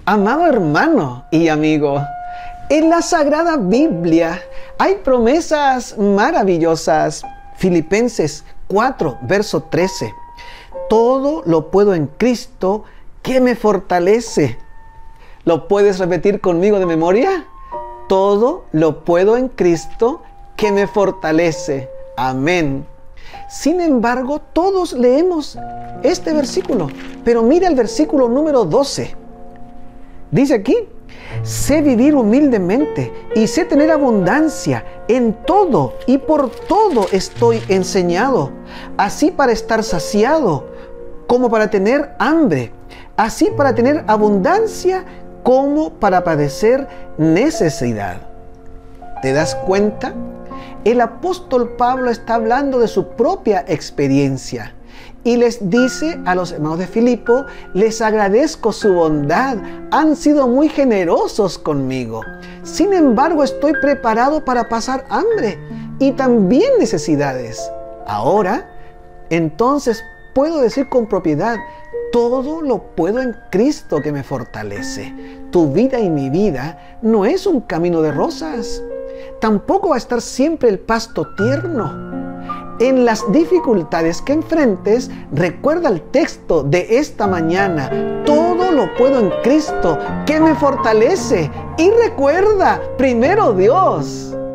Amado hermano y amigo, en la Sagrada Biblia hay promesas maravillosas. Filipenses 4, verso 13. Todo lo puedo en Cristo que me fortalece. ¿Lo puedes repetir conmigo de memoria? Todo lo puedo en Cristo que me fortalece. Amén. Sin embargo, todos leemos este versículo, pero mira el versículo número 12. Dice aquí: sé vivir humildemente y sé tener abundancia en todo y por todo estoy enseñado, así para estar saciado como para tener hambre, así para tener abundancia como para padecer necesidad. ¿Te das cuenta? El apóstol Pablo está hablando de su propia experiencia y les dice a los hermanos de Filipo: les agradezco su bondad, han sido muy generosos conmigo. Sin embargo, estoy preparado para pasar hambre y también necesidades. Ahora, entonces puedo decir con propiedad: todo lo puedo en Cristo que me fortalece. Tu vida y mi vida no es un camino de rosas. Tampoco va a estar siempre el pasto tierno. En las dificultades que enfrentes, recuerda el texto de esta mañana: todo lo puedo en Cristo que me fortalece. Y recuerda, primero Dios.